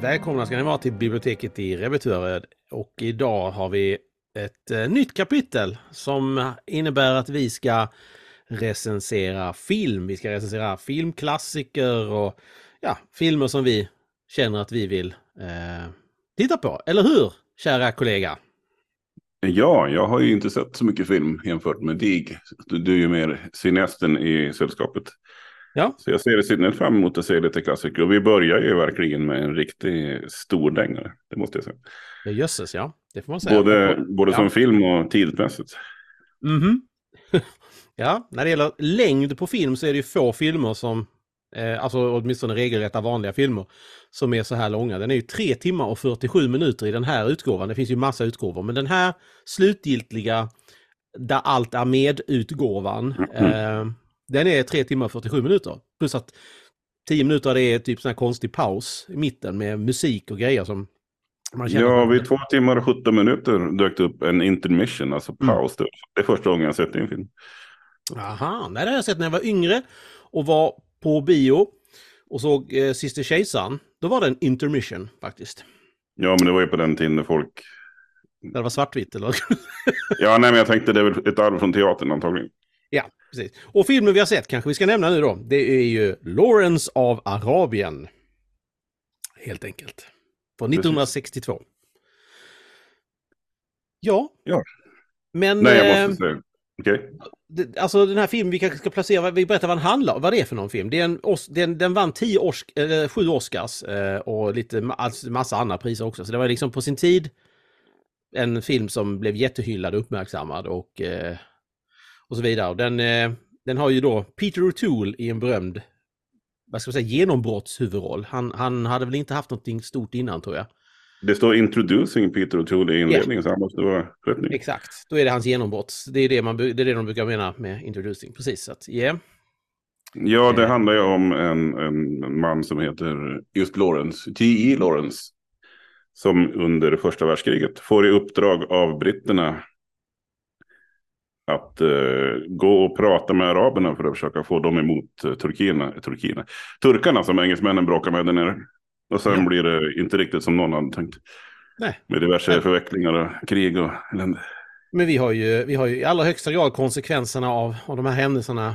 Välkomna ska ni vara till biblioteket i Rebetöred. Och idag har vi ett nytt kapitel som innebär att vi ska recensera film. Vi ska recensera filmklassiker och filmer som vi känner att vi vill titta på. Eller hur, kära kollega? Ja, jag har ju inte sett så mycket film jämfört med dig. Du är ju mer cineasten i sällskapet. Ja. Så jag ser fram emot att se lite klassiker. Och vi börjar ju verkligen med en riktig stordängare, det måste jag säga. Ja, jösses, ja. Det får man säga. Både som film och tidsmässigt. Mhm. Ja, när det gäller längd på film så är det ju få filmer som, alltså åtminstone regelrätta vanliga filmer, som är så här långa. Den är ju 3 timmar och 47 minuter i den här utgåvan. Det finns ju massa utgåvor, men den här slutgiltiga, där allt är med-utgåvan, den är 3 timmar och 47 minuter. Plus att 10 minuter av det är typ sån här konstig paus i mitten med musik och grejer som man känner. Ja, vid 2 timmar och 17 minuter dök det upp en intermission, alltså paus. Det är första gången jag sett en film. Aha, nej, det har jag sett när jag var yngre och var på bio och såg Syster Kejsaren. Då var det en intermission faktiskt. Ja, men det var ju på den tiden när folk... Det var svartvitt eller? Ja, nej, men jag tänkte det är väl ett arv från teatern antagligen. Ja, precis. Och filmen vi har sett kanske vi ska nämna nu då. Det är ju Lawrence av Arabien. Helt enkelt. Från 1962. Precis. Ja. Men... Nej, jag måste säga. Okay. Alltså den här filmen vi kanske ska placera, vi berättar vad den handlar om, vad det är för någon film. Det är den vann 7 Oscars och lite massa andra priser också. Så det var liksom på sin tid en film som blev jättehyllad och uppmärksammad och så vidare. Och den har ju då Peter O'Toole i en berömd, vad ska jag säga, genombrottshuvudroll. Han hade väl inte haft någonting stort innan, tror jag. Det står introducing Peter O'Toole i inledningen, så han måste vara rätt ny. Exakt, då är det hans genombrott. Det är det de brukar mena med introducing. Precis, så att, Ja, det handlar ju om en man som heter just Lawrence, T.E. Lawrence, som under första världskriget får i uppdrag av britterna att gå och prata med araberna för att försöka få dem emot turkarna som engelsmännen bråkar med där nere. Och sen blir det inte riktigt som någon hade tänkt. Nej. Med diverse förvecklingar och krig och elände. Men vi har ju i allra högsta grad konsekvenserna av de här händelserna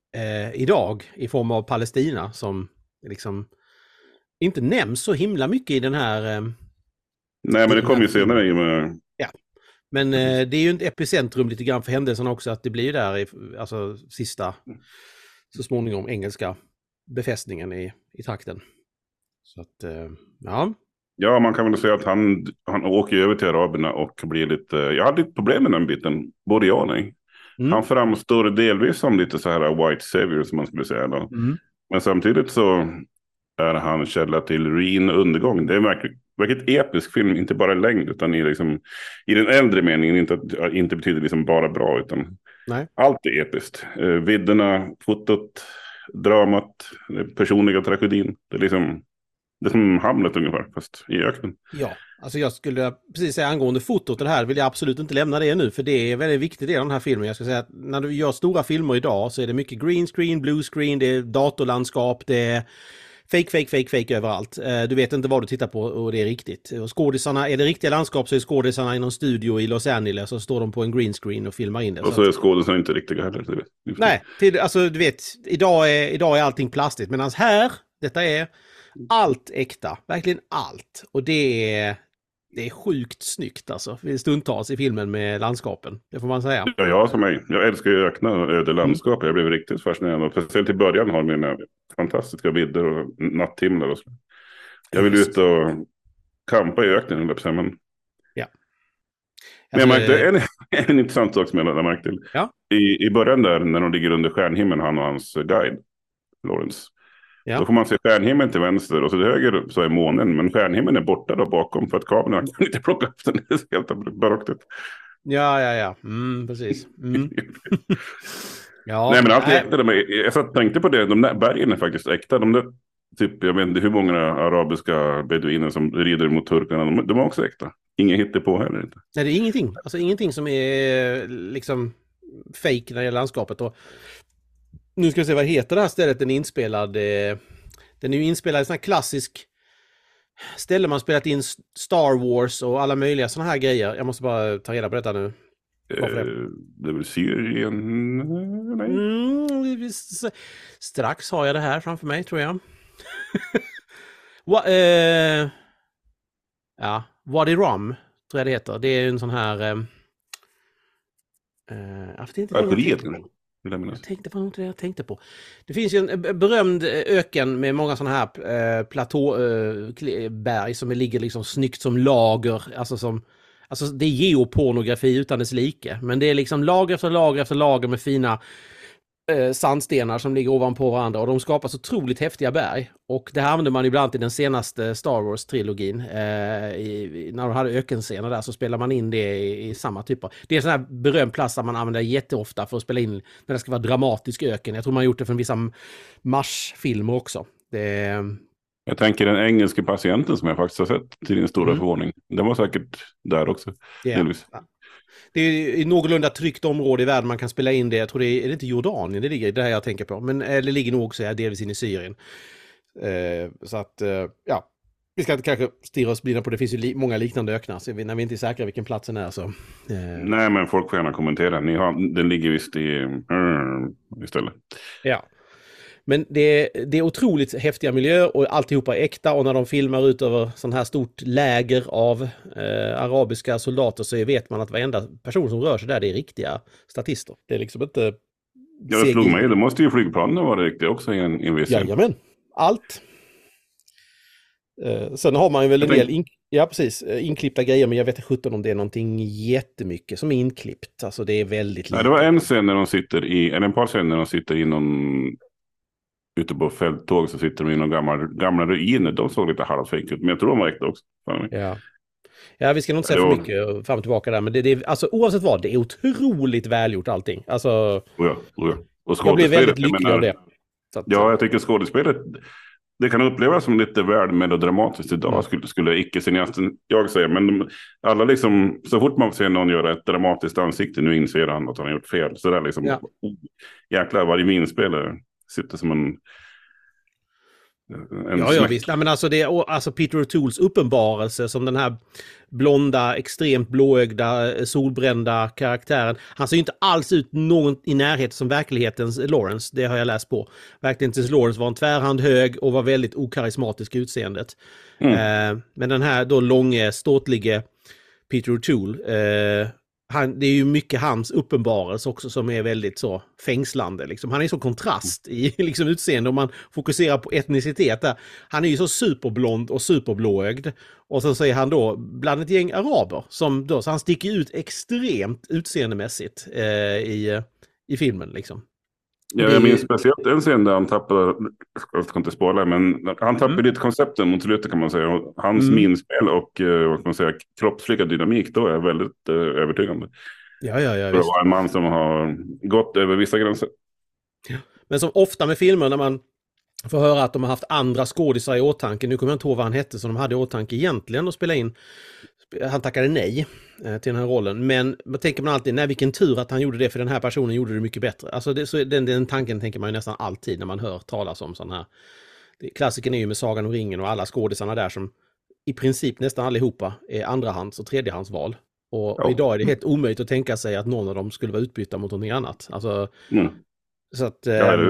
idag i form av Palestina som liksom inte nämns så himla mycket i den här... Nej, men det kommer ju senare med... Ja, men det är ju ett epicentrum lite grann för händelserna också, att det blir ju där alltså sista, så småningom, engelska befästningen i trakten. Så att, ja. Ja, man kan väl säga att han åker över till araberna och blir lite... Jag hade lite problem med den biten, både jag och nej. Han framstår delvis som lite så här white savior, som man skulle säga då. Men samtidigt så är han källa till ruin och undergång. Det är verkligen episk film, inte bara i längd, utan i den äldre meningen, inte betyder liksom bara bra, utan allt är episkt. Vidderna, fotot, dramat, personliga tragedin. Det är som Hamlet ungefär, fast i öknen. Ja, alltså jag skulle precis säga angående fotot, det här vill jag absolut inte lämna det nu, för det är en väldigt viktig del av den här filmen. Jag ska säga att när du gör stora filmer idag så är det mycket green screen, blue screen, det är datorlandskap, det är fake överallt. Du vet inte vad du tittar på och det är riktigt. Och skådisarna, är det riktiga landskap så är skådisarna i någon studio i Los Angeles och står de på en green screen och filmar in det. Och så är skådisarna inte riktiga heller. Nej, alltså du vet, idag är allting plastigt, medan här, detta är allt äkta, verkligen allt. Och det är sjukt snyggt alltså, stundtals i filmen med landskapen, det får man säga. Ja, jag som mig. Jag älskar ju ökna och öde landskap. Jag blev riktigt fascinerad. Och speciellt i början har mina fantastiska vidder och natthimlar och så. Jag vill ut och kampa i öknen, men... Ja. Men jag märkte en intressant sak som jag lade märke till. Ja. I början där, när de ligger under stjärnhimlen, han och hans guide, Lawrence. Ja. Då får man se stjärnhimlen till vänster och så till höger så är månen. Men stjärnhimlen är borta då bakom för att kamerorna kan inte plocka upp den. Det är helt barockt. Ja. Precis. Ja, nej, men allt är äkta. Jag tänkte på det. De där bergen är faktiskt äkta. De där, typ, jag vet inte hur många arabiska beduiner som rider mot turkarna. De är också äkta. Ingen hittar på heller inte. Nej, det är ingenting. Alltså ingenting som är liksom fake när det gäller landskapet. Och nu ska vi se, vad heter det här stället den är inspelad? Den är ju inspelad i sån här klassisk ställe man spelat in Star Wars och alla möjliga sådana här grejer. Jag måste bara ta reda på detta nu. Det är väl Syrien? Nej. Strax har jag det här framför mig, tror jag. Wadi Rum, tror jag det heter. Det är en sån här... jag tänkte på. Det finns ju en berömd öken med många sådana här platåberg som ligger liksom snyggt som lager. Alltså det är geopornografi utan dess like. Men det är liksom lager efter lager efter lager med fina sandstenar som ligger ovanpå varandra. Och de skapar så otroligt häftiga berg. Och det här använde man ibland i den senaste Star Wars-trilogin. När de hade ökenscener där så spelar man in det i samma typer. Det är en sån här berömd plats där man använder jätteofta för att spela in när det ska vara dramatisk öken. Jag tror man har gjort det för vissa Mars-filmer också. Jag tänker den engelska patienten som jag faktiskt har sett till din stora förvåning. Den var säkert där också. Yeah. Det är i någorlunda tryggt område i världen man kan spela in det. Jag tror är det inte Jordanien det ligger, det här jag tänker på. Men det ligger nog också delvis in i Syrien. Så att, vi ska inte kanske stirra oss blinda på det. finns ju många liknande öknar. Så när vi inte är säkra vilken platsen är så... Nej, men folk får gärna kommentera. Den ligger visst istället. Ja. Men det är otroligt häftiga miljöer och alltihopa är äkta, och när de filmar ut över sån här stort läger av arabiska soldater så vet man att varenda person som rör sig där, det är riktiga statister. Det är liksom inte... Ja, det slog mig. Det måste ju flygplanen vara riktigt också i en viss... Jajamän, allt. Sen har man ju väl en del inklippta grejer, men jag vet inte om det är någonting jättemycket som är inklippt. Alltså det är väldigt lite. Nej, det var en scen när de sitter eller ett par scener när de sitter i någon... Ute på fälttåg så sitter de i några gamla ruiner. De såg lite halvfejk ut. Men jag tror de var äkta också. Ja, vi ska nog inte säga för mycket fram och tillbaka där. Men det är, alltså, oavsett vad, det är otroligt välgjort allting. Alltså, Och jag blir väldigt lycklig av det. Så att, jag tycker skådespelet, det kan upplevas som lite väl melodramatiskt idag. Skulle icke-cineasten jag säga. Men alla liksom, så fort man ser någon göra ett dramatiskt ansikte, nu inser han att han har gjort fel. Så där liksom, jäklar, varje minspelare sitter som en visst. Nej, men alltså Peter O'Tooles uppenbarelse som den här blonda, extremt blåögda, solbrända karaktären. Han ser ju inte alls ut någon i närheten som verklighetens Lawrence. Det har jag läst på. Verklighetens Lawrence var en tvärhand hög och var väldigt okarismatisk i utseendet. Men den här då långe, ståtlige Peter O'Toole, det är ju mycket hans uppenbarelse också som är väldigt så fängslande. Liksom. Han är så kontrast i liksom, utseende om man fokuserar på etnicitet där. Han är ju så superblond och superblåögd. Och så säger han då bland ett gäng araber. Så han sticker ut extremt utseendemässigt i filmen. Liksom. Ja, jag minns speciellt en scen där han tappar, jag ska inte spoila, men han tappar lite koncepten mot slutet kan man säga. Och hans minspel och vad kan man säga, kroppsliga dynamik då är väldigt övertygande. Ja, det var en man som har gått över vissa gränser. Ja. Men som ofta med filmer när man får höra att de har haft andra skådisar i åtanke. Nu kommer jag inte ihåg vad han hette som de hade i åtanke egentligen att spela in. Han tackade nej till den här rollen. Men man tänker man alltid, nej vilken tur att han gjorde det, för den här personen gjorde det mycket bättre. Alltså den tanken tänker man ju nästan alltid när man hör talas om sån här. Klassiken är ju med Sagan om ringen och alla skådisarna där som i princip nästan allihopa är andrahands- och tredjehandsval. Och idag är det helt omöjligt att tänka sig att någon av dem skulle vara utbytta mot någonting annat. Alltså, så att...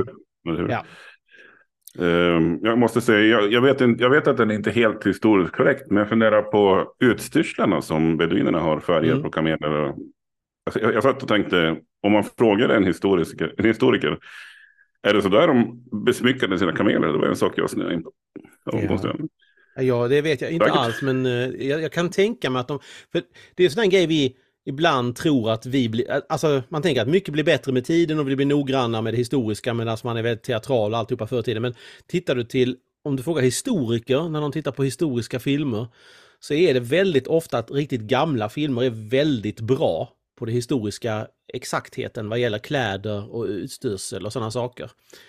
Jag måste säga, jag vet att den är inte helt historiskt korrekt, men jag funderar på utstyrslarna som beduinerna har, färger på kameler. Alltså, jag satt och tänkte, om man frågar en historiker, är det så där de besmyckade sina kameler? Det var en sak jag snöade in på. Ja, det vet jag inte alls, men jag kan tänka mig att för det är sån en grej vi ibland tror att vi blir, alltså man tänker att mycket blir bättre med tiden och vi blir noggranna med det historiska, medan man är väldigt teatral och alltihopa förr i tiden. Men tittar du till, om du frågar historiker när de tittar på historiska filmer, så är det väldigt ofta att riktigt gamla filmer är väldigt bra på det historiska exaktheten vad gäller kläder och utstyrsel och sådana saker.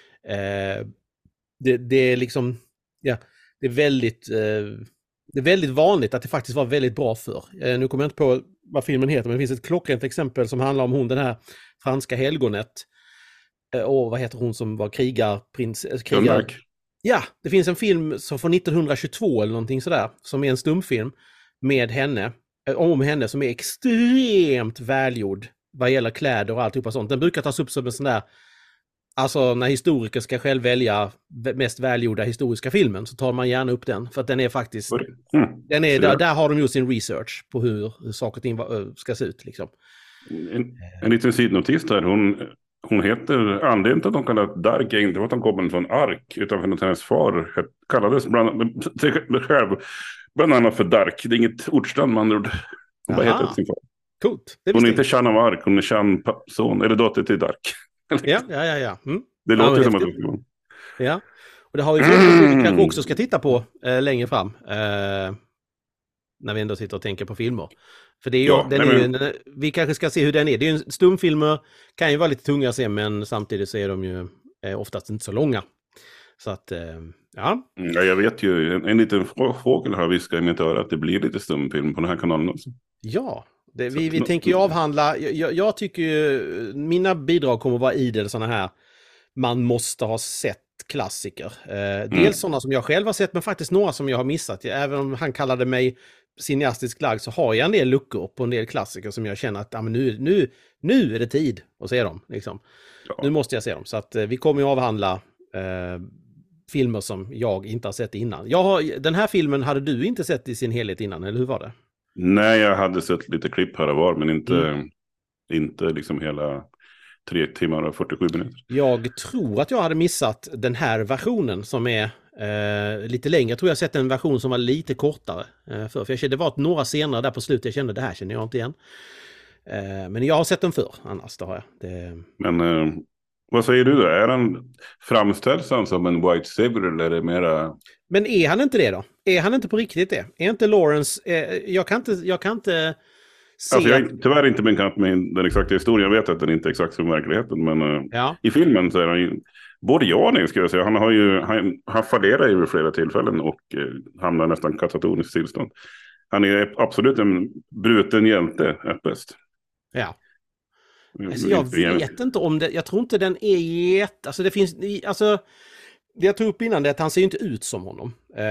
Det är liksom, det är väldigt vanligt att det faktiskt var väldigt bra förr. Nu kommer jag inte på vad filmen heter, men det finns ett klockrent exempel som handlar om den här franska helgonet. Och vad heter hon som var krigar... Ja, det finns en film som från 1922 eller någonting sådär, som är en stumfilm med henne, om henne, som är extremt välgjord vad gäller kläder och alltihopa sånt. Den brukar tas upp som en sån där, alltså när historiker ska själv välja mest välgjorda historiska filmen, så tar man gärna upp den, för att den är faktiskt, den är, där har de gjort sin research på hur saker och ting ska se ut liksom. En liten sidnotis där, hon heter, anledningen till att de kallar Dark inte var att de kommer från Ark, utan för att hennes far kallades bland annat för Dark. Det är inget ordstam man ord. Hon bara heter sin far. Coolt. Hon är inte Shan av Ark, hon är Shan son, eller dotter till Dark. Ja. Det låter som att det ska vara. Ja, och det har vi kanske också ska titta på längre fram. När vi ändå sitter och tänker på filmer. För det är vi kanske ska se hur den är. Det är ju stumfilmer, kan ju vara lite tunga att se, men samtidigt så är de ju oftast inte så långa. Så att, ja. Ja, jag vet ju, en liten fågel har viskat i mitt öra att det blir lite stumfilm på den här kanalen också. Ja, vi tänker ju avhandla, jag tycker ju, mina bidrag kommer att vara idel sådana här, man måste ha sett klassiker. Dels sådana som jag själv har sett, men faktiskt några som jag har missat. Även om han kallade mig cineastisk lagd, så har jag en del luckor på en del klassiker som jag känner att men nu är det tid att se dem. Liksom. Ja. Nu måste jag se dem. Så att vi kommer ju avhandla filmer som jag inte har sett innan. Den här filmen hade du inte sett i sin helhet innan, eller hur var det? Nej, jag hade sett lite klipp här och var, men inte liksom hela 3 timmar och 47 minuter. Jag tror att jag hade missat den här versionen som är lite längre. Jag tror jag sett en version som var lite kortare. För jag kände, det var några scener där på slutet jag kände, det här känner jag inte igen. Men jag har sett den förr, annars det har jag. Men vad säger du då? Är han framställd som en white savior eller är det mera... Men är han inte det då? Är han inte på riktigt det? Är inte Lawrence... Jag kan inte se... Alltså jag är tyvärr inte bekant med den exakta historien. Jag vet att den inte är exakt som verkligheten. Men i filmen så är han ju... Både ja och nej, ska jag säga. Han fallerar ju vid flera tillfällen och hamnar nästan katatoniskt tillstånd. Han är absolut en bruten hjälte, bäst. Ja. Alltså jag vet inte om det... Jag tror inte den är alltså det finns... Alltså... Det jag tog upp innan det är att han ser inte ut som honom.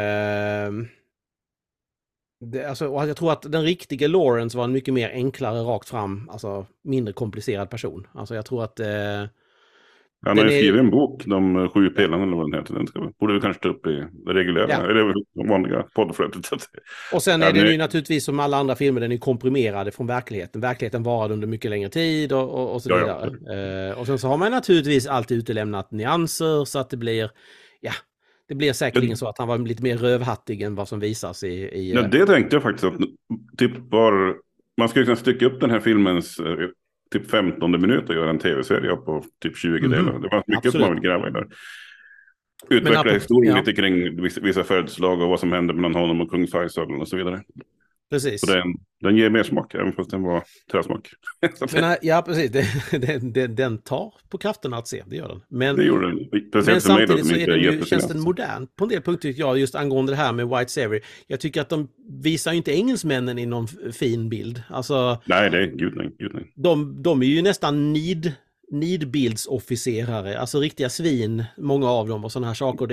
Och jag tror att den riktiga Lawrence var en mycket mer enklare, rakt fram, alltså mindre komplicerad person. Alltså jag tror att... Han har ju skrivit en bok, De 7 pelarna eller vad den heter. Den borde vi kanske ta upp i det reguljära, eller de vanliga poddflödet. Och sen är den ju naturligtvis som alla andra filmer, den är komprimerad från verkligheten. Verkligheten varade under mycket längre tid och så vidare. Och sen så har man naturligtvis alltid utelämnat nyanser så att det blir, det blir säkerligen så att han var lite mer rövhattig än vad som visas i... Ja, det tänkte jag faktiskt att man skulle kunna stycka upp den här filmens... typ 15 minuter och göra en tv-serie på typ 20 delar. Det var mycket som man vill gräva i där. Utveckla historien lite kring vissa födelseslag och vad som hände mellan honom och kung Faisal och så vidare. Precis. Så den ger mer smak, även fast den var träsmak. Ja, precis. Den tar på kraften att se, det gör den. Men samtidigt så känns den modern på en del punkter, just angående det här med White Savior. Jag tycker att de visar ju inte engelsmännen i någon fin bild. Alltså, nej, det är gud nej. De är ju nästan nidbildsofficerare, alltså riktiga svin, många av dem och sådana här saker.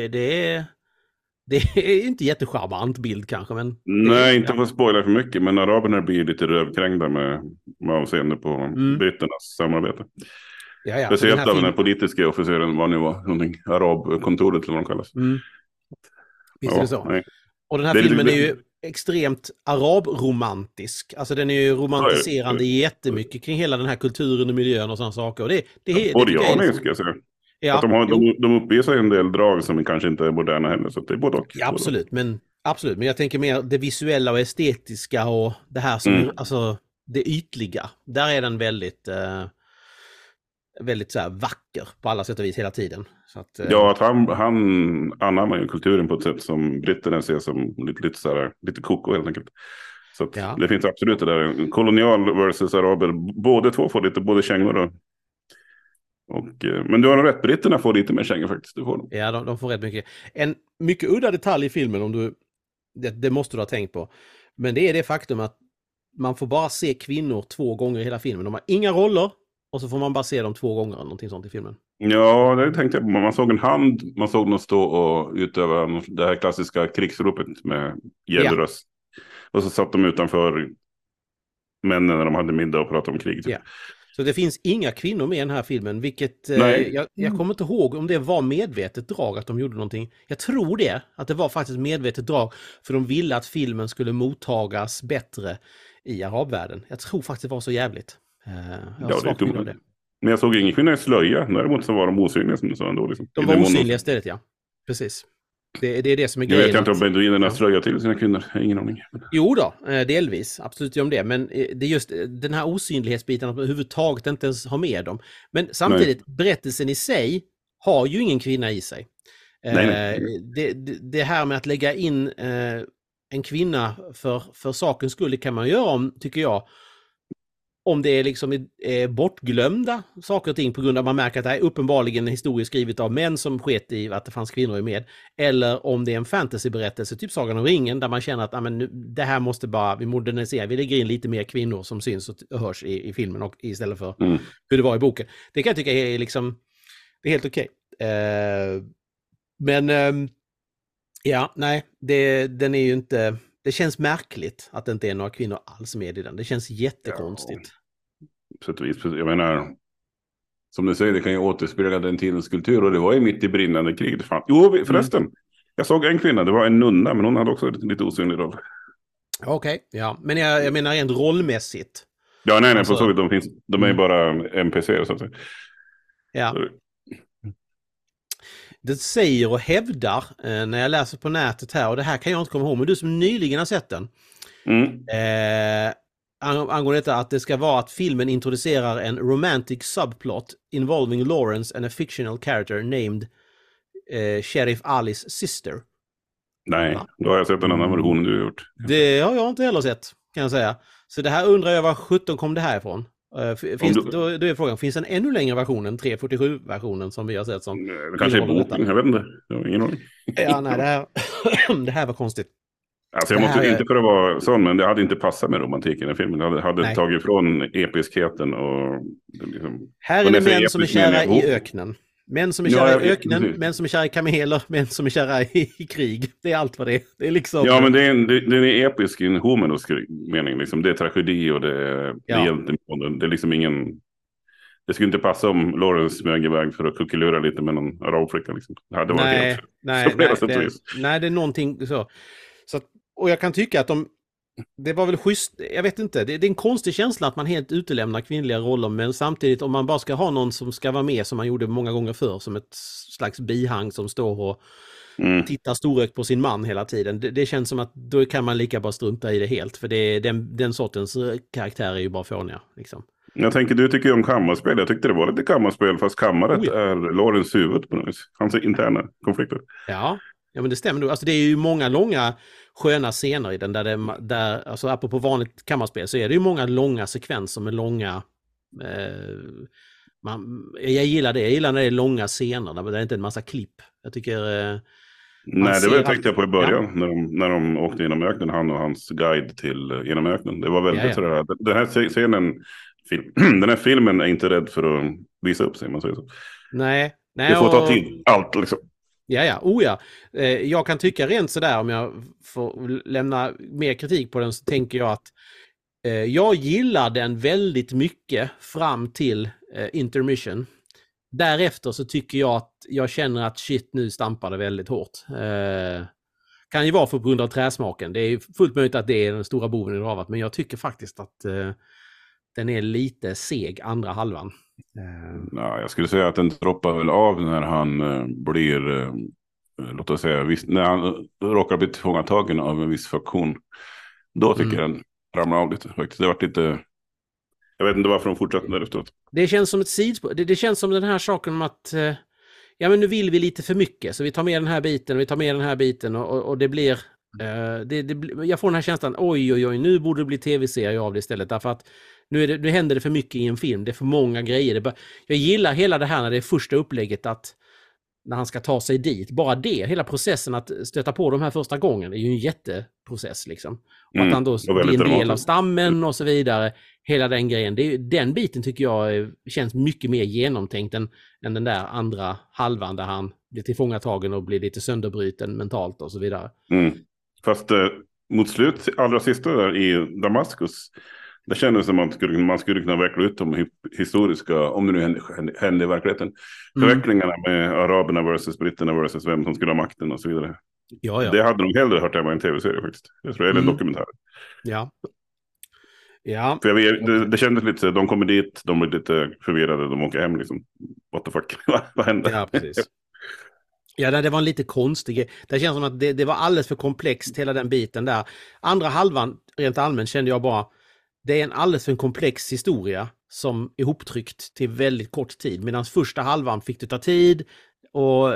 Det är inte jättecharmant bild kanske, men... Nej, inte för att spoila för mycket, men araberna blir lite rövkrängda med avseende på britternas samarbete. Speciellt av den här politiska officeren, vad nu var, någonting, arabkontoret eller vad de kallas. Visst är det så. Nej. Och den här filmen är ju extremt arabromantisk. Alltså den är ju romantiserande jättemycket kring hela den här kulturen och miljön och sådana saker. Och både jag och nej, ska jag säga. Ja, att de uppvisar en del drag som kanske inte är moderna heller, så det är både och. Ja, absolut, men jag tänker mer det visuella och estetiska och det här som alltså det ytliga. Där är den väldigt väldigt så här vacker på alla sätt och vis hela tiden. Så att, ja, att han anammar ju kulturen på ett sätt som britterna ser som lite koko helt enkelt. Så att det finns absolut det där kolonial versus araber. Båda två får lite både kängor och men du har nog rätt, britterna får lite mer kängor faktiskt. Du får dem. Ja, de får rätt mycket. En mycket udda detalj i filmen, det måste du ha tänkt på. Men det är det faktum att man får bara se kvinnor 2 gånger i hela filmen. De har inga roller, och så får man bara se dem 2 gånger eller någonting sånt i filmen. Ja, det tänkte jag på. Man såg en hand, man såg någon stå och utöva det här klassiska krigsropet med gäll röst. Och så satt de utanför männen när de hade middag och pratade om krig. Typ. Ja. Så det finns inga kvinnor med i den här filmen, vilket jag kommer inte ihåg om det var medvetet drag att de gjorde någonting. Jag tror det, att det var faktiskt medvetet drag för de ville att filmen skulle mottagas bättre i arabvärlden. Jag tror faktiskt det var så jävligt. Det. Men jag såg ingen kvinna i slöja, däremot så var de osynliga som du sa ändå. Liksom. De var osynliga istället, ja. Precis. Det är det som är grejen. Jag vet inte om beduinerna slöjar till sina kvinnor, jag har ingen aning. Jo då, delvis. Absolut om det. Men det är just den här osynlighetsbiten att man överhuvudtaget inte ens har med dem. Men samtidigt, berättelsen i sig har ju ingen kvinna i sig. Det här med att lägga in en kvinna för sakens skull, det kan man göra om, tycker jag, om det är liksom bortglömda saker och ting på grund av att man märker att det är uppenbarligen en historia skrivet av män som sket i att det fanns kvinnor med. Eller om det är en fantasyberättelse, typ Sagan om ringen, där man känner att det här måste bara, vi moderniserar, vi lägger in lite mer kvinnor som syns och hörs i filmen och istället för hur det var i boken. Det kan jag tycka är liksom, det är helt okej. Den är ju inte... Det känns märkligt att det inte är några kvinnor alls med i den. Det känns jättekonstigt. Ja, jag menar, som du säger, det kan ju återspegla den tidens kultur. Och det var ju mitt i brinnande krig. Jo, förresten. Jag såg en kvinna, det var en nunna. Men hon hade också lite osynlig roll. Okej, ja. Men jag menar rent rollmässigt. Ja, nej, alltså, på så de är ju bara NPC så att säga. Ja. Så. Det säger och hävdar när jag läser på nätet här, och det här kan jag inte komma ihåg, men du som nyligen har sett den, angående detta att det ska vara att filmen introducerar en romantic subplot involving Lawrence and a fictional character named Sheriff Alis sister. Nej, då har jag sett en annan version du har gjort. Det har jag inte heller sett, kan jag säga. Så det här undrar jag, var 17 kom det här ifrån? Då är frågan, finns en ännu längre version än 347-versionen som vi har sett som... Det kanske är boken, jag vet inte. Jag har ingen aning. Ja, nej, det här var konstigt. Alltså jag måste inte för att vara sån, men det hade inte passat med romantiken i filmen. Det hade tagit ifrån episkheten och... Liksom, här är det män som är kära i öknen. Män som är kära i öknen, män som är kära i kameler, män som är kära i krig. Det är allt vad det är. Det är liksom... Ja, men det är episk i en homenos mening. Liksom. Det är tragedi och det är egentligen... Det är liksom ingen... Det skulle inte passa om Lawrence smög iväg för att kuckelura lite med någon arabflicka. Liksom. Det hade varit helt... Nej, det är någonting så. Och jag kan tycka att det var väl schysst, jag vet inte, det är en konstig känsla att man helt utelämnar kvinnliga roller, men samtidigt om man bara ska ha någon som ska vara med som man gjorde många gånger förr, som ett slags bihang som står och tittar storögt på sin man hela tiden, det känns som att då kan man lika bara strunta i det helt, för det är den sortens karaktär är ju bara fåniga liksom. Jag tänker, du tycker ju om kammarspel. Jag tyckte det var lite kammarspel, fast kammaren är Lawrence huvud på något vis. Hans interna konflikter. Ja, men det stämmer nog. Alltså det är ju många långa sköna scener i den där alltså apropå vanligt kammarspel så är det ju många långa sekvenser med långa jag gillar det. Jag gillar när det är långa scener där det inte är en massa klipp. Jag tycker nej, det var jag tänkte jag på i början när de åkte genom öknen, han och hans guide till genom öknen. Det var väldigt sådär. Den här scenen den här filmen är inte rädd för att visa upp sig, man säger så. Nej, det får ta tid, allt liksom. Jag kan tycka rent sådär, om jag får lämna mer kritik på den, så tänker jag att jag gillar den väldigt mycket fram till intermission. Därefter så tycker jag att jag känner att shit, nu stampar det väldigt hårt. Kan ju vara på grund av träsmaken. Det är fullt möjligt att det är den stora boven i dramat, men jag tycker faktiskt att den är lite seg andra halvan. Ja, jag skulle säga att den droppar väl av när han blir, låt oss säga, när han råkar bli tillfångatagen av en viss faktion. Då tycker jag den ramlar av lite faktiskt. Det var lite, jag vet inte varför de fortsatte där efteråt. Det känns som ett sidspår. Det känns som den här saken om att men nu vill vi lite för mycket, så vi tar med den här biten och vi tar med den här biten och det blir jag får den här känslan, oj, nu borde det bli tv-serie av det istället, därför att nu händer det för mycket i en film, det är för många grejer. Jag gillar hela det här när det är första upplägget, att när han ska ta sig dit. Bara det, hela processen att stöta på de här första gången är ju en jätteprocess liksom. Och att han då blir en del av stammen och så vidare. Hela den grejen. Den biten tycker jag känns mycket mer genomtänkt än den där andra halvan där han blir tillfångatagen och blir lite sönderbruten mentalt och så vidare. Fast mot slut, allra sista där i Damaskus, det kändes som att man skulle kunna veckla ut de historiska, om det nu hände i verkligheten, förvecklingarna med araberna versus britterna versus vem som skulle ha makten och så vidare. Ja. Det hade de hellre hört hemma i en tv-serie faktiskt. Jag tror det är en dokumentär. Ja. För det kändes lite så, de kommer dit, de blir lite förvirrade, de åker hem liksom. What the fuck, vad hände? Ja, precis. Ja, det var en lite konstig. Det känns som att det var alldeles för komplext, hela den biten där. Andra halvan, rent allmänt, kände jag bara, det är en alldeles för komplex historia som är ihoptryckt till väldigt kort tid. Medan första halvan fick det ta tid och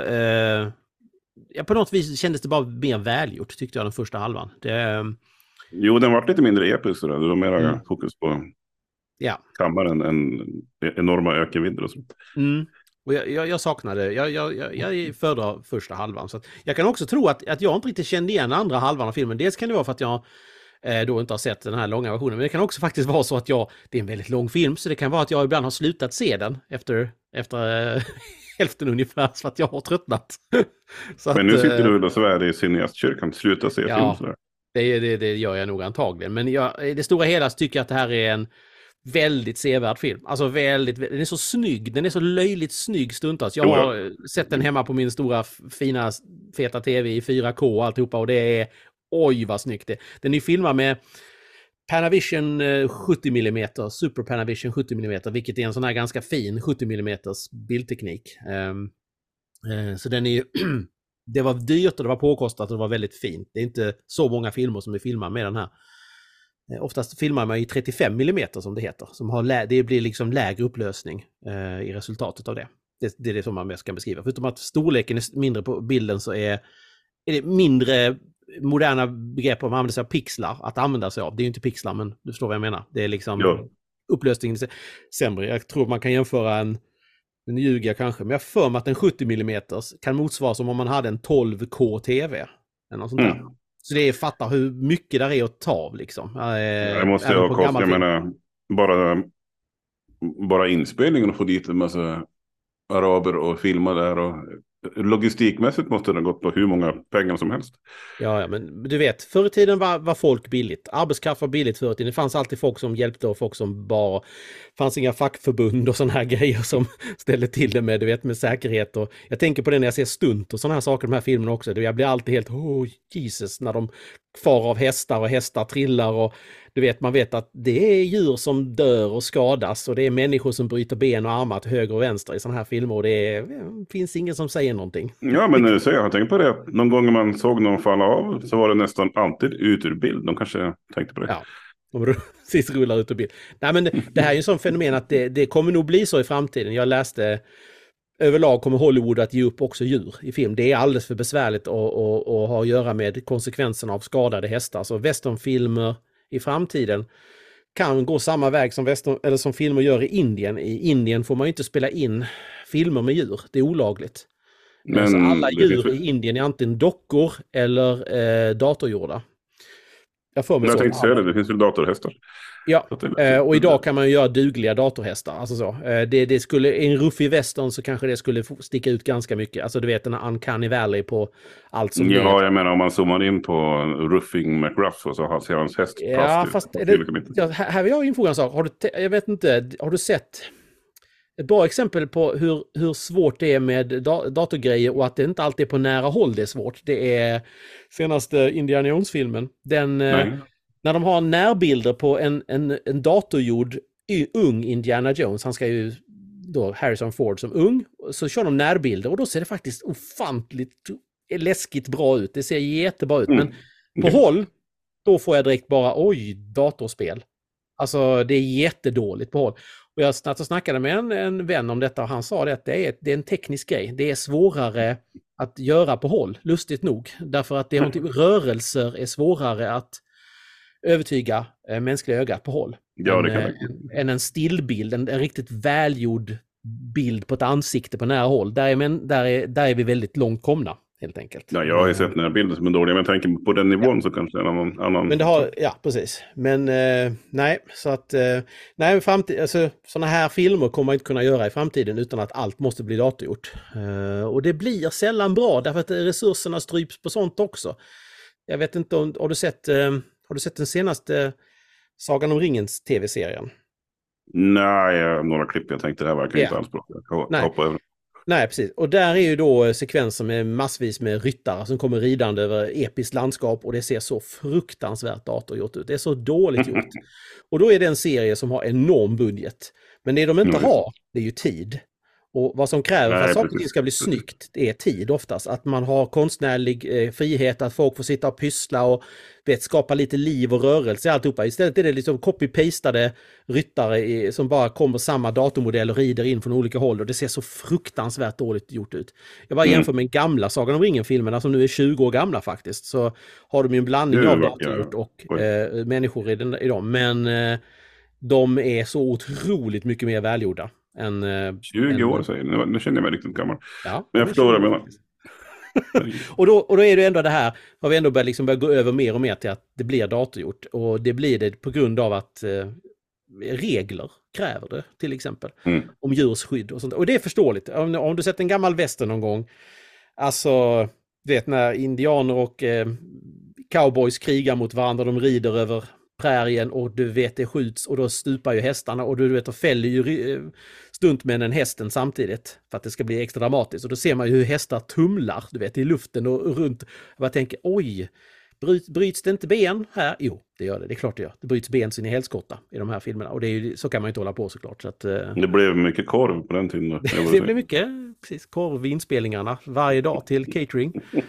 på något vis kändes det bara mer välgjort, tyckte jag, den första halvan. Jo, den var lite mindre episk. Det var mer fokus på kammaren än enorma ökenvidder och sånt. Och jag saknade, jag föredrar första halvan. Så att jag kan också tro att jag inte riktigt kände igen andra halvan av filmen. Dels kan det vara för att jag då inte har sett den här långa versionen. Men det kan också faktiskt vara så att det är en väldigt lång film. Så det kan vara att jag ibland har slutat se den efter hälften ungefär, så att jag har tröttnat. Så men nu sitter du och svär i cineastkyrkan, sluta se film sådär. Det gör jag nog antagligen. Men i det stora hela tycker jag att det här är en väldigt sevärd film. Alltså den är så snygg. Den är så löjligt snygg stundtals. Jag har sett den hemma på min stora fina feta tv i 4K och alltihopa. Och det är, oj vad snyggt det. Den är filmad med Panavision 70 mm, Super Panavision 70 mm, vilket är en sån här ganska fin 70 mm bildteknik. Så den är ju det var dyrt och det var påkostat och det var väldigt fint. Det är inte så många filmer som är filmade med den här. Oftast filmar man i 35 mm som det heter. Det blir liksom lägre upplösning i resultatet av det. Det är det som man mest kan beskriva. Förutom att storleken är mindre på bilden så är det mindre moderna begrepp om man använder sig av pixlar att använda sig av. Det är ju inte pixlar, men du förstår vad jag menar. Det är liksom upplösningen sämre. Jag tror man kan jämföra en ljuga kanske, men jag för mig att en 70 mm kan motsvara som om man hade en 12K TV. Eller något sånt där. Så det fattar hur mycket där är att ta av liksom. Det måste jag ha kostat, jag menar, bara inspelningen och få dit en massa araber och filma där och logistikmässigt måste det ha gått på hur många pengar som helst. Ja, men du vet, förr i tiden var folk billigt. Arbetskraft var billigt förr i tiden. Det fanns alltid folk som hjälpte och folk som bar. Det fanns inga fackförbund och såna här grejer som ställde till det med, du vet, med säkerhet. Och jag tänker på det när jag ser stunt och såna här saker i de här filmerna också. Jag blir alltid helt, Jesus, när de far av hästar och hästar trillar och du vet, man vet att det är djur som dör och skadas och det är människor som bryter ben och armar till höger och vänster i sådana här filmer och det finns ingen som säger någonting. Ja, men så jag har tänkt på det. Någon gång man såg någon falla av så var det nästan alltid ut ur bild. De kanske tänkte på det. Ja, de precis rullar ut ur bild. Nej, men det här är ju en sån fenomen att det kommer nog bli så i framtiden. Jag läste överlag kommer Hollywood att ge upp också djur i film. Det är alldeles för besvärligt att ha att göra med konsekvenserna av skadade hästar. Så westernfilmer i framtiden kan gå samma väg som filmer gör i Indien. I Indien får man ju inte spela in filmer med djur. Det är olagligt. Men så alla djur i Indien är antingen dockor eller datorgjorda. Jag tänkte säga det finns väl datorhästar. Ja, och idag kan man ju göra dugliga datorhästar. Alltså så. Det skulle, i en ruffig western så kanske det skulle sticka ut ganska mycket. Alltså du vet den här Uncanny Valley på allt som blir. Ja, jag menar om man zoomar in på Ruffing McGruff och så ser hans häst fast här vill jag info en sak. Jag vet inte, har du sett ett bra exempel på hur svårt det är med datorgrejer och att det inte alltid är på nära håll det är svårt? Det är senaste Indiana Jones-filmen. När de har närbilder på en datorgjord ung Indiana Jones, han ska ju då Harrison Ford som ung, så kör de närbilder och då ser det faktiskt ofantligt läskigt bra ut. Det ser jättebra ut, men på håll då får jag direkt bara datorspel. Alltså det är jättedåligt på håll. Och jag snackade med en vän om detta och han sa att det är en teknisk grej. Det är svårare att göra på håll, lustigt nog. Därför att rörelser är svårare att övertyga mänskliga ögat på håll. Ja, det kan än en stillbild, en riktigt välgjord bild på ett ansikte på nära håll. Där är vi väldigt långt komna, helt enkelt. Ja, jag har ju sett den här bilden som är dålig, men jag tänker på den nivån så kanske en annan... Men det har, ja precis. Men nej, så att nej, alltså, sådana här filmer kommer man inte kunna göra i framtiden utan att allt måste bli datorgjort. Och det blir sällan bra därför att resurserna stryps på sånt också. Jag vet inte om, har du sett den senaste Sagan om ringens tv-serien? Nej, några klipp jag tänkte det här verkar inte alls bra. Jag hoppar över. Nej, precis. Och där är ju då sekvenser med massvis med ryttare som kommer ridande över episkt landskap och det ser så fruktansvärt datorgjort ut. Det är så dåligt gjort. Och då är det en serie som har enorm budget. Men det de inte har, det är ju tid. Och vad som kräver för att saker och ting ska bli snyggt är tid oftast. Att man har konstnärlig frihet, att folk får sitta och pyssla och skapa lite liv och rörelse i alltihopa. Istället är det liksom copy-pastade ryttare som bara kommer samma datormodell och rider in från olika håll och det ser så fruktansvärt dåligt gjort ut. Jag bara jämför med gamla Sagan om ringen-filmerna som nu är 20 år gamla faktiskt. Så har de ju en blandning av datorgjort och människor i dem. Men de är så otroligt mycket mer välgjorda. 20 år säger nu känner jag mig riktigt gammal. Ja, men jag förstår vad jag menar. och då är det ändå det här, har vi ändå börjat gå över mer och mer till att det blir datorgjort. Och det blir det på grund av att regler kräver det, till exempel. Om djursskydd och sånt. Och det är förståeligt. Om du sett en gammal västern någon gång, alltså, vet när indianer och cowboys krigar mot varandra, de rider över prärien och du vet det skjuts och då stupar ju hästarna och du vet och fäller ju stuntmännen hästen samtidigt för att det ska bli extra dramatiskt och då ser man ju hur hästar tumlar, du vet, i luften och runt. Jag bara tänker, oj, bryts det inte ben här? Jo, det gör det, det är klart det gör. Det bryts ben sin i helskotta i de här filmerna och det är ju, så kan man ju inte hålla på såklart. Så att, det blev mycket korv på den tiden. Det blev mycket, precis, korv vid inspelningarna varje dag till catering.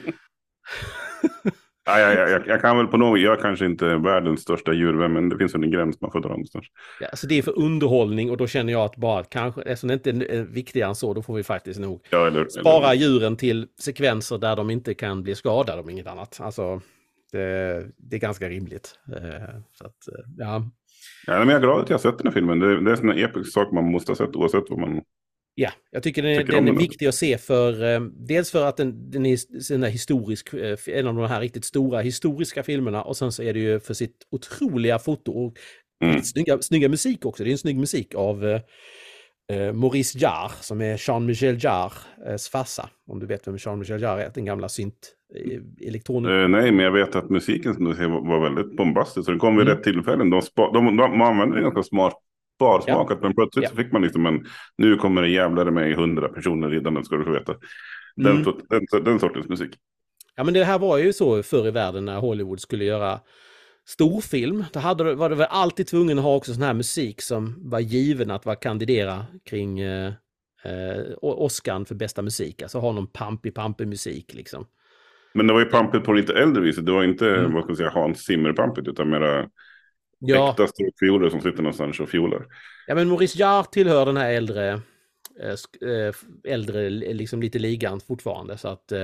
Jag kan väl på något, jag är kanske inte världens största djurvän, men det finns en gräns man får dra någonstans. Ja, alltså det är för underhållning och då känner jag att bara kanske, eftersom det inte är viktigare än så, då får vi faktiskt nog spara djuren till sekvenser där de inte kan bli skadade om inget annat. Alltså det är ganska rimligt. Så att, ja. Ja, men jag är glad att jag har sett den här filmen. Det är en sån episk sak man måste ha sett oavsett vad man... Ja, jag tycker den är viktig att se för dels för att den är historisk, en av de här riktigt stora historiska filmerna och sen så är det ju för sitt otroliga foto och snygga musik också. Det är en snygg musik av Maurice Jarre som är Jean-Michel Jarres farsa. Om du vet vem Jean-Michel Jarre är, den gamla elektronik. Nej, men jag vet att musiken var väldigt bombastisk så den kom vid rätt tillfällen. De använde ganska smart sparsmakat, men plötsligt så fick man liksom nu kommer det jävlar med 100 personer redan, ska du få veta. Den sortens musik. Ja, men det här var ju så förr i världen när Hollywood skulle göra storfilm. Då var det väl alltid tvungen att ha också sån här musik som var given att kandidera kring Oscar för bästa musik. Alltså ha någon pampig musik liksom. Men det var ju pampigt på lite äldre vis. Det var inte, vad ska man säga, Hans Zimmer-pampigt, utan mera... äkta stråkfioler som sitter någonstans och fiolar. Ja, men Maurice Jarre tillhör den här äldre liksom lite ligan fortfarande. Så att,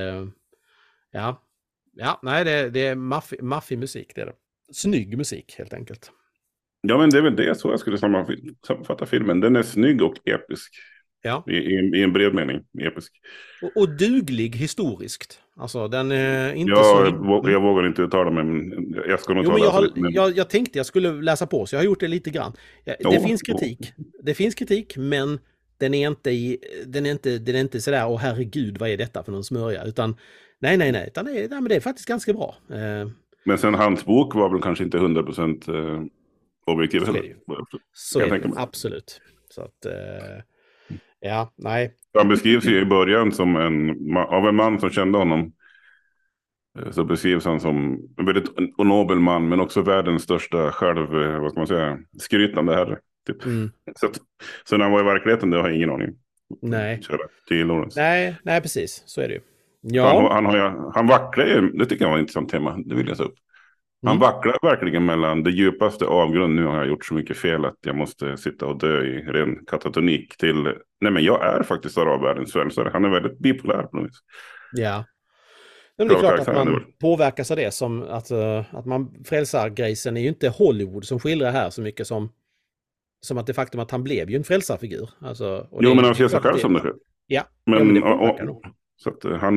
nej, det är maffig musik. Det är det. Snygg musik, helt enkelt. Ja, men det är väl det så jag skulle sammanfatta filmen. Den är snygg och episk. Ja. I en bred mening, episk. Och duglig historiskt. Alltså den är inte jag vågar inte uttala mig, men jag ska nog jag tänkte jag skulle läsa på, så jag har gjort det lite grann. Det finns kritik, men den är inte sådär, åh herregud, vad är detta för någon smörja? Utan nej, utan men det är faktiskt ganska bra. Men sen hans bok var väl kanske inte 100% objektiv. Så är det, absolut. Så att... ja, nej. Han beskrivs ju i början som av en man som kände honom. Så beskrivs han som en väldigt nobel man, men också världens största vad ska man säga, skrytande herre. Typ. Så när han var i verkligheten, det har jag ingen aning. Nej. Nej, precis. Så är det ju. Ja. Han vacklar ju, det tycker jag var ett intressant tema, det vill jag ta upp. Han vacklar verkligen mellan det djupaste avgrund. Nu har jag gjort så mycket fel att jag måste sitta och dö i ren katatonik till, nej men jag är faktiskt arabvärldens frälsare. Han är väldigt bipolär på något vis. Ja. Men det är klart att man påverkas av det som att man frälsargrejsen är ju inte Hollywood som skildrar här så mycket som som att det faktum att han blev ju en frälsarfigur. Alltså, jo, men han ser sig själv som det. Ja, men det påverkar nog. Så att han...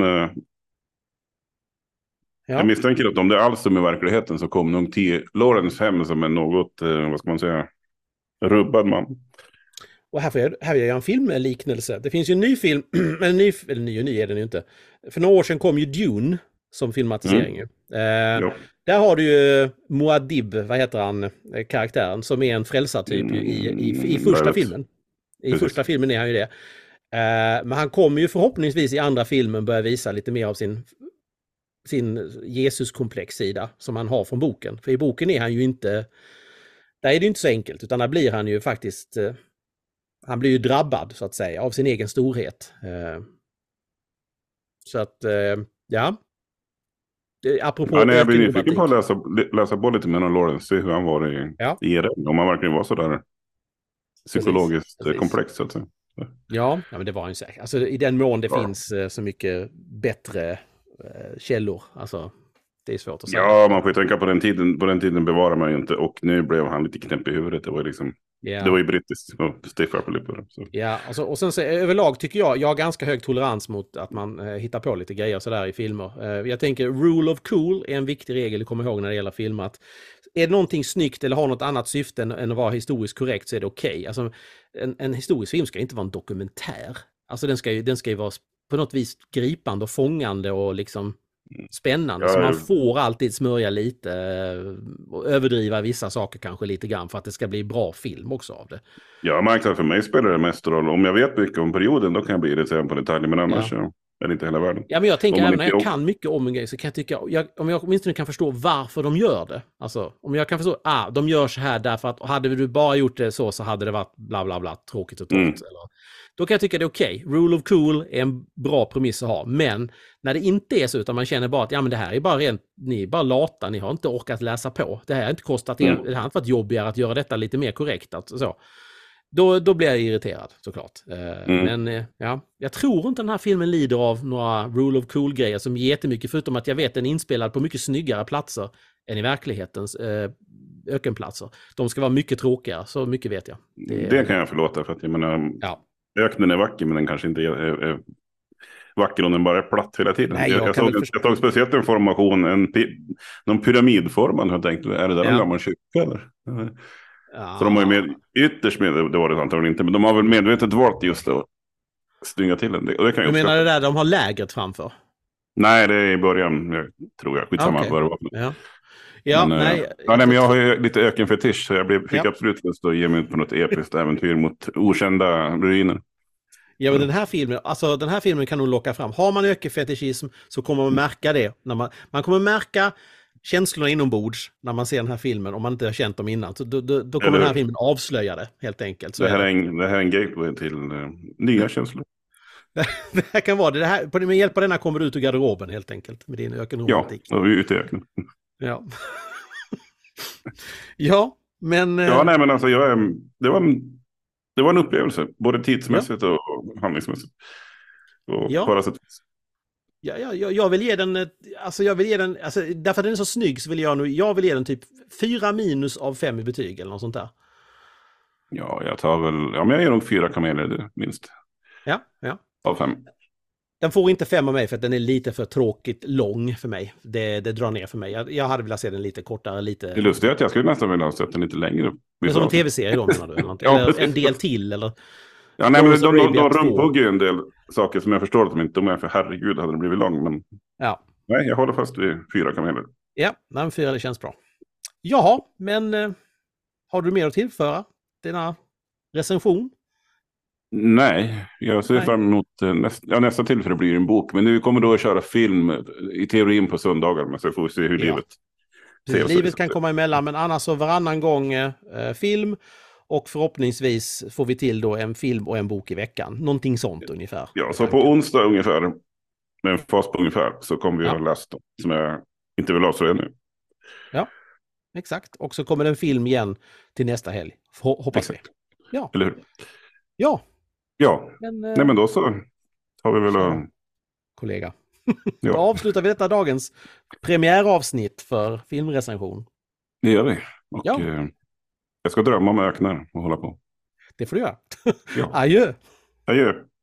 Jag misstänker att om det alls som i verkligheten så kom nog till Lawrence hem som en något, vad ska man säga, rubbad man. Och här vill jag göra en filmliknelse. Det finns ju en ny film, eller ny är den ju inte. För några år sedan kom ju Dune som filmatisering. Där har du ju Muad'Dib, vad heter han, karaktären, som är en frälsartyp i första filmen. I första filmen är han ju det. Men han kommer ju förhoppningsvis i andra filmen börja visa lite mer av sin Jesus-komplex-sida som han har från boken. För i boken är han ju inte, där är det ju inte så enkelt, utan där blir han ju faktiskt, han blir ju drabbad så att säga av sin egen storhet. Så att, ja. Apropå... Ja, nej, jag blir nyfiken på att läsa på lite mer om Lawrence, se hur han var i RN, om han verkligen var så där psykologiskt komplex så att säga. Ja, men det var han säkert. Alltså i den mån det finns så mycket bättre källor. Alltså, det är svårt att säga. Ja, man får ju tänka på den tiden. På den tiden bevarar man ju inte. Och nu blev han lite knäpp i huvudet. Det var ju liksom... Det var ju brittiskt. Stiff upper lip. Ja, alltså, och sen så överlag tycker jag har ganska hög tolerans mot att man hittar på lite grejer sådär i filmer. Jag tänker rule of cool är en viktig regel att komma ihåg när det gäller film. Att är det någonting snyggt eller har något annat syfte än att vara historiskt korrekt så är det okej. Alltså, en historisk film ska inte vara en dokumentär. Alltså den ska ju vara på något vis gripande och fångande och liksom spännande. Så man får alltid smörja lite och överdriva vissa saker kanske lite grann för att det ska bli bra film också av det. Ja, Michael, för mig spelar det mest roll. Om jag vet mycket om perioden då kan jag bli irriterad på detaljer, men annars är det inte hela världen. Ja, men jag tänker även när jag kan mycket om en grej så kan jag tycka, om jag åtminstone kan förstå varför de gör det. Alltså, om jag kan förstå, de gör så här därför att hade du bara gjort det så hade det varit bla bla bla, tråkigt och torrt. Då kan jag tycka det är okej. Rule of cool är en bra premiss att ha. Men när det inte är så, utan man känner bara att men det här är bara rent, ni är bara lata, ni har inte orkat läsa på. Det här har inte kostat er, det har inte varit jobbigare att göra detta lite mer korrekt. Alltså, så. Då blir jag irriterad såklart. Men jag tror inte den här filmen lider av några rule of cool-grejer som är jättemycket, förutom att jag vet den är inspelad på mycket snyggare platser än i verklighetens ökenplatser. De ska vara mycket tråkigare, så mycket vet jag. Det kan jag förlåta, för att jag menar, öknen är vacker men den kanske inte är vacker om den bara är platt hela tiden. Nej, jag såg speciellt en formation, någon pyramidformad, jag tänkte, är det där en gammal kyrka eller? Så de har ju ytterst det var det antagligen inte, men de har väl medvetet valt just att stynga till den. Och det kan du menar det där de har lägret framför? Nej, det är i början, tror jag. Skitsamma vad det var. Men jag har ju lite ökenfetisch, så jag fick absolut lust att ge mig ut på något episkt äventyr mot okända ruiner. Ja, men den här filmen kan nog locka fram. Har man ökenfetischism så kommer man märka det. Man kommer märka känslorna inombords när man ser den här filmen, om man inte har känt dem innan. Så då kommer den här filmen avslöja det, helt enkelt. Så det här är en gateway till nya känslor. Det här kan vara det. Här, med hjälp av denna kommer du ut ur garderoben, helt enkelt, med din ökenromantik. Ja, då är vi ute i öknen. Ja. Ja, men... Ja, nej, men alltså, det var en upplevelse, både tidsmässigt och handlingsmässigt. Och på alla sätt. Jag vill ge den, därför att den är så snygg så vill jag vill ge den typ 4- av 5 i betyg eller något sånt där. Ja, men jag ger nog 4 kameler minst. Ja. Av 5. Den får inte 5 av mig för att den är lite för tråkigt lång för mig. Det drar ner för mig. Jag hade velat se den lite kortare, lite... Det är lustigt att jag skulle nästan vilja se den lite längre. Men som en tv-serie då, menar du? Eller en del till, eller... Ja, nej, men de rumpugger ju en del saker som jag förstår att de är för herregud hade det blivit lång, men... Ja. Nej, jag håller fast vid 4 kameler. Ja, 4, det känns bra. Jaha, men har du mer att tillföra? Denna recension? Nej, jag ser fram emot nästa tillfälle blir en bok. Men nu kommer då att köra film i teorin på söndagar, men så får vi se hur livet ser. Livet kan komma emellan, men annars så varannan gång film. Och förhoppningsvis får vi till då en film och en bok i veckan. Någonting sånt ungefär. Ja, så på onsdag ungefär, med en fas på ungefär, så kommer vi att läsa dem, som jag inte vill avslöja nu. Ja, exakt. Och så kommer det en film igen till nästa helg. Hoppas vi. Ja. Eller hur? Ja. Nej, men då så har vi väl kollega. Då avslutar vi detta dagens premiäravsnitt för filmrecension. Det gör vi. Och Jag ska drömma om öknar och hålla på. Det får du göra. Ja. Adjö! Adjö.